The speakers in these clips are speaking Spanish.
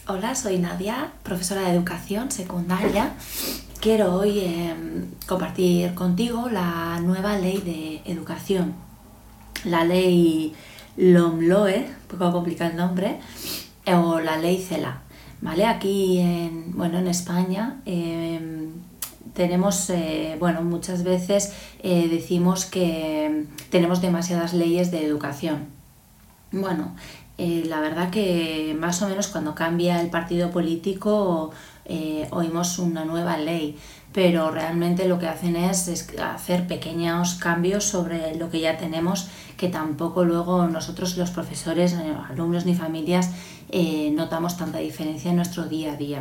Hola, soy Nadia, profesora de educación secundaria. Quiero hoy compartir contigo la nueva ley de educación, la ley LOMLOE, un poco complicado el nombre, o la ley CELA. ¿Vale? Aquí en España tenemos, muchas veces decimos que tenemos demasiadas leyes de educación. La verdad que más o menos cuando cambia el partido político oímos una nueva ley, pero realmente lo que hacen es hacer pequeños cambios sobre lo que ya tenemos, que tampoco luego nosotros los profesores, alumnos ni familias notamos tanta diferencia en nuestro día a día.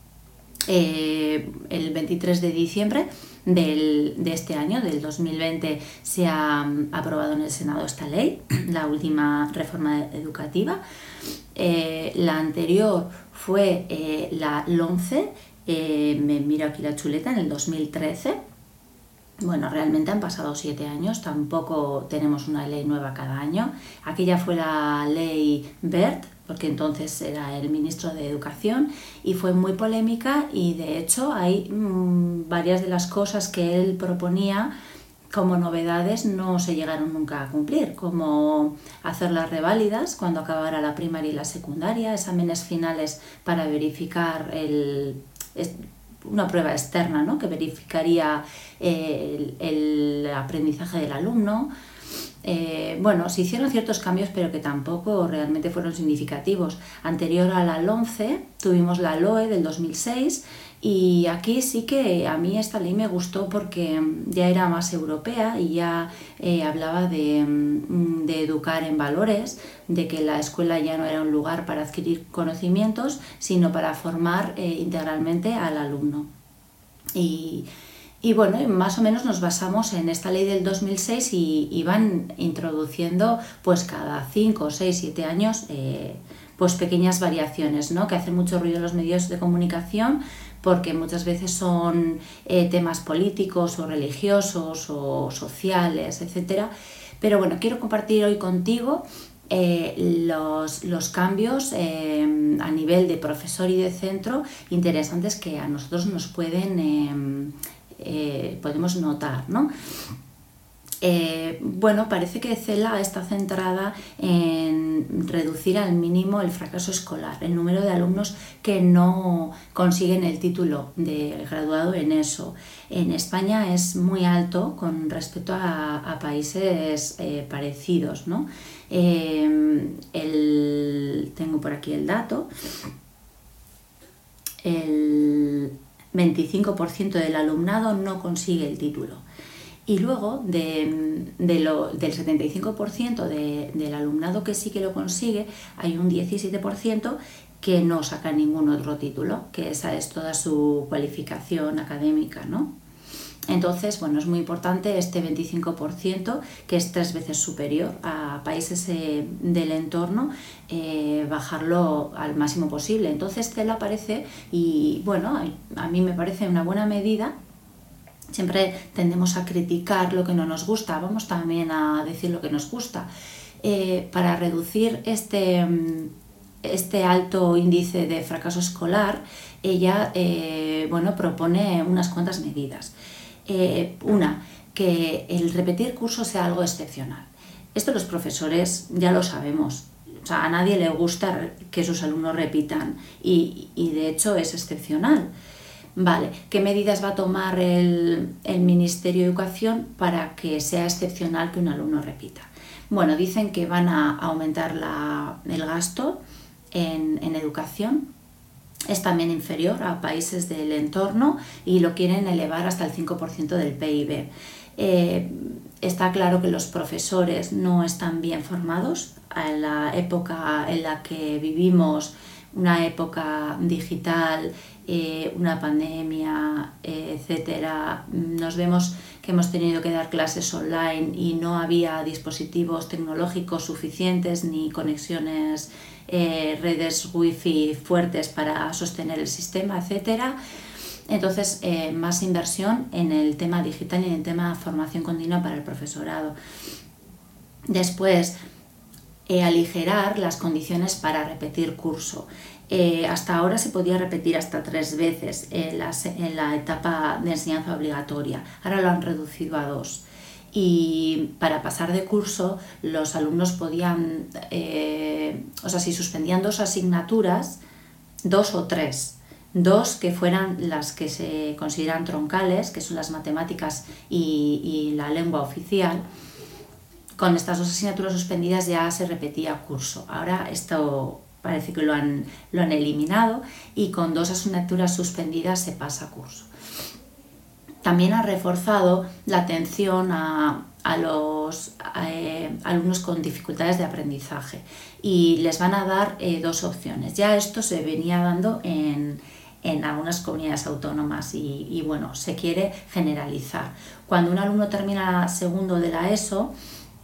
El 23 de diciembre de este año, del 2020, se ha aprobado en el Senado esta ley, la última reforma educativa. La anterior fue la LOMCE, me miro aquí la chuleta, en el 2013. Bueno, realmente han pasado 7 años, tampoco tenemos una ley nueva cada año. Aquella fue la ley Wert, porque entonces era el ministro de Educación, y fue muy polémica, y de hecho hay varias de las cosas que él proponía como novedades no se llegaron nunca a cumplir, como hacer las reválidas cuando acabara la primaria y la secundaria, exámenes finales para verificar una prueba externa, ¿no?, que verificaría el aprendizaje del alumno. Se hicieron ciertos cambios, pero que tampoco realmente fueron significativos. Anterior a la LOMCE tuvimos la LOE del 2006, y aquí sí que a mí esta ley me gustó porque ya era más europea y ya hablaba de educar en valores, de que la escuela ya no era un lugar para adquirir conocimientos, sino para formar integralmente al alumno. Y más o menos nos basamos en esta ley del 2006 y van introduciendo pues cada 5, 6, 7 años pues pequeñas variaciones, ¿no?, que hacen mucho ruido en los medios de comunicación, porque muchas veces son temas políticos o religiosos o sociales, etc. Pero bueno, quiero compartir hoy contigo los cambios a nivel de profesor y de centro interesantes que a nosotros nos podemos notar, ¿no? Parece que CELA está centrada en reducir al mínimo el fracaso escolar, el número de alumnos que no consiguen el título de graduado en ESO. En España es muy alto con respecto a países parecidos, ¿no? Tengo por aquí el dato. El 25% del alumnado no consigue el título. Y luego del 75% del alumnado que sí que lo consigue, hay un 17% que no saca ningún otro título, que esa es toda su cualificación académica, ¿no? Entonces, es muy importante este 25%, que es 3 veces superior a países del entorno, bajarlo al máximo posible. Entonces CELA aparece y, a mí me parece una buena medida. Siempre tendemos a criticar lo que no nos gusta, vamos también a decir lo que nos gusta. Para reducir este alto índice de fracaso escolar, ella propone unas cuantas medidas. Una, que el repetir curso sea algo excepcional. Esto los profesores ya lo sabemos. O sea, a nadie le gusta que sus alumnos repitan y de hecho es excepcional. Vale, ¿qué medidas va a tomar el Ministerio de Educación para que sea excepcional que un alumno repita? Bueno, dicen que van a aumentar el gasto en educación. Es también inferior a países del entorno y lo quieren elevar hasta el 5% del PIB. Está claro que los profesores no están bien formados. En la época en la que vivimos, una época digital, una pandemia, etcétera, nos vemos que hemos tenido que dar clases online y no había dispositivos tecnológicos suficientes ni conexiones, redes wifi fuertes para sostener el sistema, etcétera. Entonces, más inversión en el tema digital y en el tema de formación continua para el profesorado. Después, aligerar las condiciones para repetir curso. Hasta ahora se podía repetir hasta 3 veces en la etapa de enseñanza obligatoria, ahora lo han reducido a 2. Y para pasar de curso los alumnos podían, si suspendían 2 asignaturas, 2 o 3, 2 que fueran las que se consideran troncales, que son las matemáticas y la lengua oficial. Con estas 2 asignaturas suspendidas ya se repetía curso. Ahora esto parece que lo han eliminado y con 2 asignaturas suspendidas se pasa curso. También ha reforzado la atención a los alumnos con dificultades de aprendizaje y les van a dar 2 opciones. Ya esto se venía dando en algunas comunidades autónomas y bueno, se quiere generalizar. Cuando un alumno termina segundo de la ESO,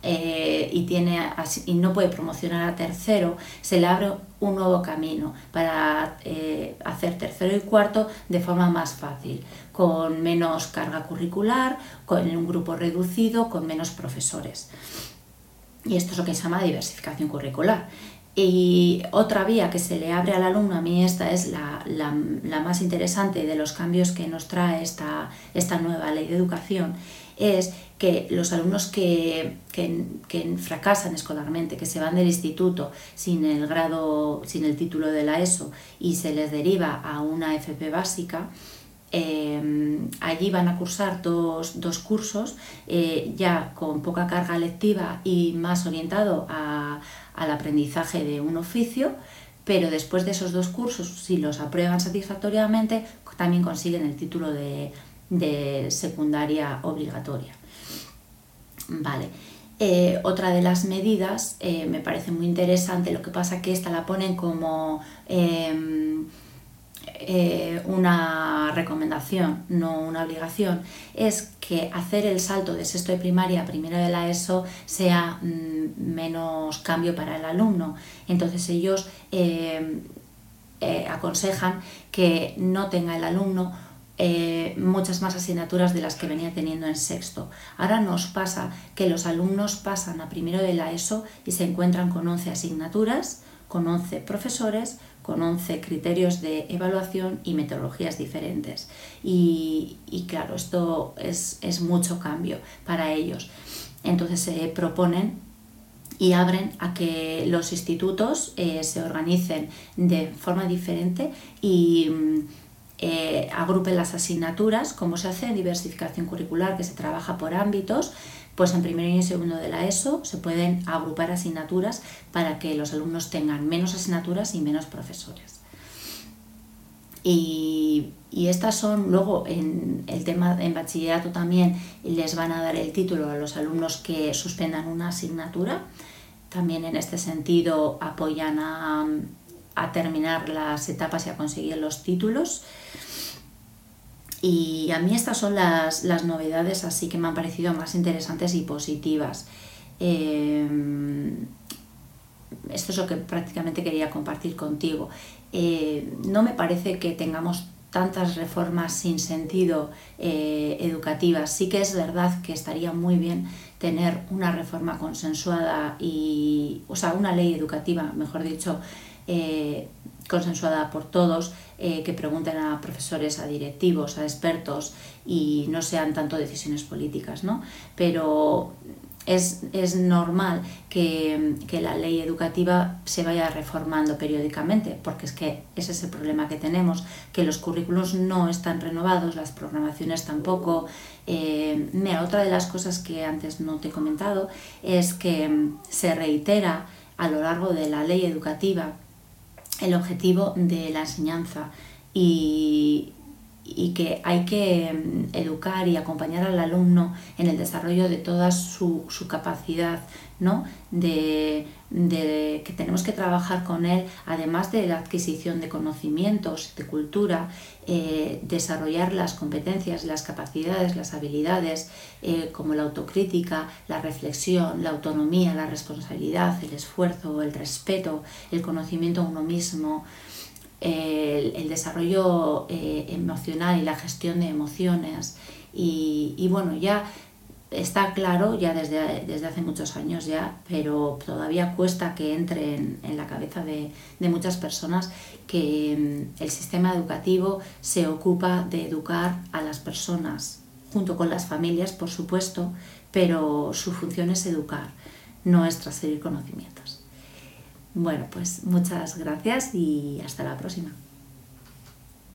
y no puede promocionar a tercero, se le abre un nuevo camino para hacer tercero y cuarto de forma más fácil, con menos carga curricular, con un grupo reducido, con menos profesores. Y esto es lo que se llama diversificación curricular. Y otra vía que se le abre al alumno, a mí esta es la más interesante de los cambios que nos trae esta nueva ley de educación, es que los alumnos que fracasan escolarmente, que se van del instituto sin el título de la ESO y se les deriva a una FP básica, allí van a cursar dos cursos ya con poca carga lectiva y más orientado al aprendizaje de un oficio, pero después de esos 2 cursos, si los aprueban satisfactoriamente, también consiguen el título de secundaria obligatoria. Vale. Otra de las medidas me parece muy interesante, lo que pasa que esta la ponen como una recomendación, no una obligación, es que hacer el salto de sexto de primaria a primero de la ESO sea menos cambio para el alumno. Entonces ellos aconsejan que no tenga el alumno muchas más asignaturas de las que venía teniendo en sexto. Ahora nos pasa que los alumnos pasan a primero de la ESO y se encuentran con 11 asignaturas, con 11 profesores, con 11 criterios de evaluación y metodologías diferentes. Y claro, esto es mucho cambio para ellos. Entonces se proponen y abren a que los institutos se organicen de forma diferente y agrupen las asignaturas, como se hace en diversificación curricular, que se trabaja por ámbitos. Pues en primero y en segundo de la ESO se pueden agrupar asignaturas para que los alumnos tengan menos asignaturas y menos profesores. Y estas son, luego en el tema en bachillerato también les van a dar el título a los alumnos que suspendan una asignatura. También en este sentido apoyan a terminar las etapas y a conseguir los títulos. Y a mí estas son las novedades así que me han parecido más interesantes y positivas. Esto es lo que prácticamente quería compartir contigo. No me parece que tengamos tantas reformas sin sentido educativas. Sí que es verdad que estaría muy bien tener una reforma consensuada una ley educativa, mejor dicho, consensuada por todos, que pregunten a profesores, a directivos, a expertos y no sean tanto decisiones políticas, ¿no? Pero es normal que la ley educativa se vaya reformando periódicamente, porque es que ese es el problema que tenemos, que los currículos no están renovados, las programaciones tampoco. Otra de las cosas que antes no te he comentado es que se reitera a lo largo de la ley educativa el objetivo de la enseñanza y que hay que educar y acompañar al alumno en el desarrollo de toda su capacidad, ¿no? Que tenemos que trabajar con él, además de la adquisición de conocimientos, de cultura, desarrollar las competencias, las capacidades, las habilidades, como la autocrítica, la reflexión, la autonomía, la responsabilidad, el esfuerzo, el respeto, el conocimiento a uno mismo, el desarrollo emocional y la gestión de emociones y bueno, ya está claro ya desde hace muchos años ya, pero todavía cuesta que entre en la cabeza de muchas personas que el sistema educativo se ocupa de educar a las personas, junto con las familias, por supuesto, pero su función es educar, no es transferir conocimientos. Bueno, pues muchas gracias y hasta la próxima.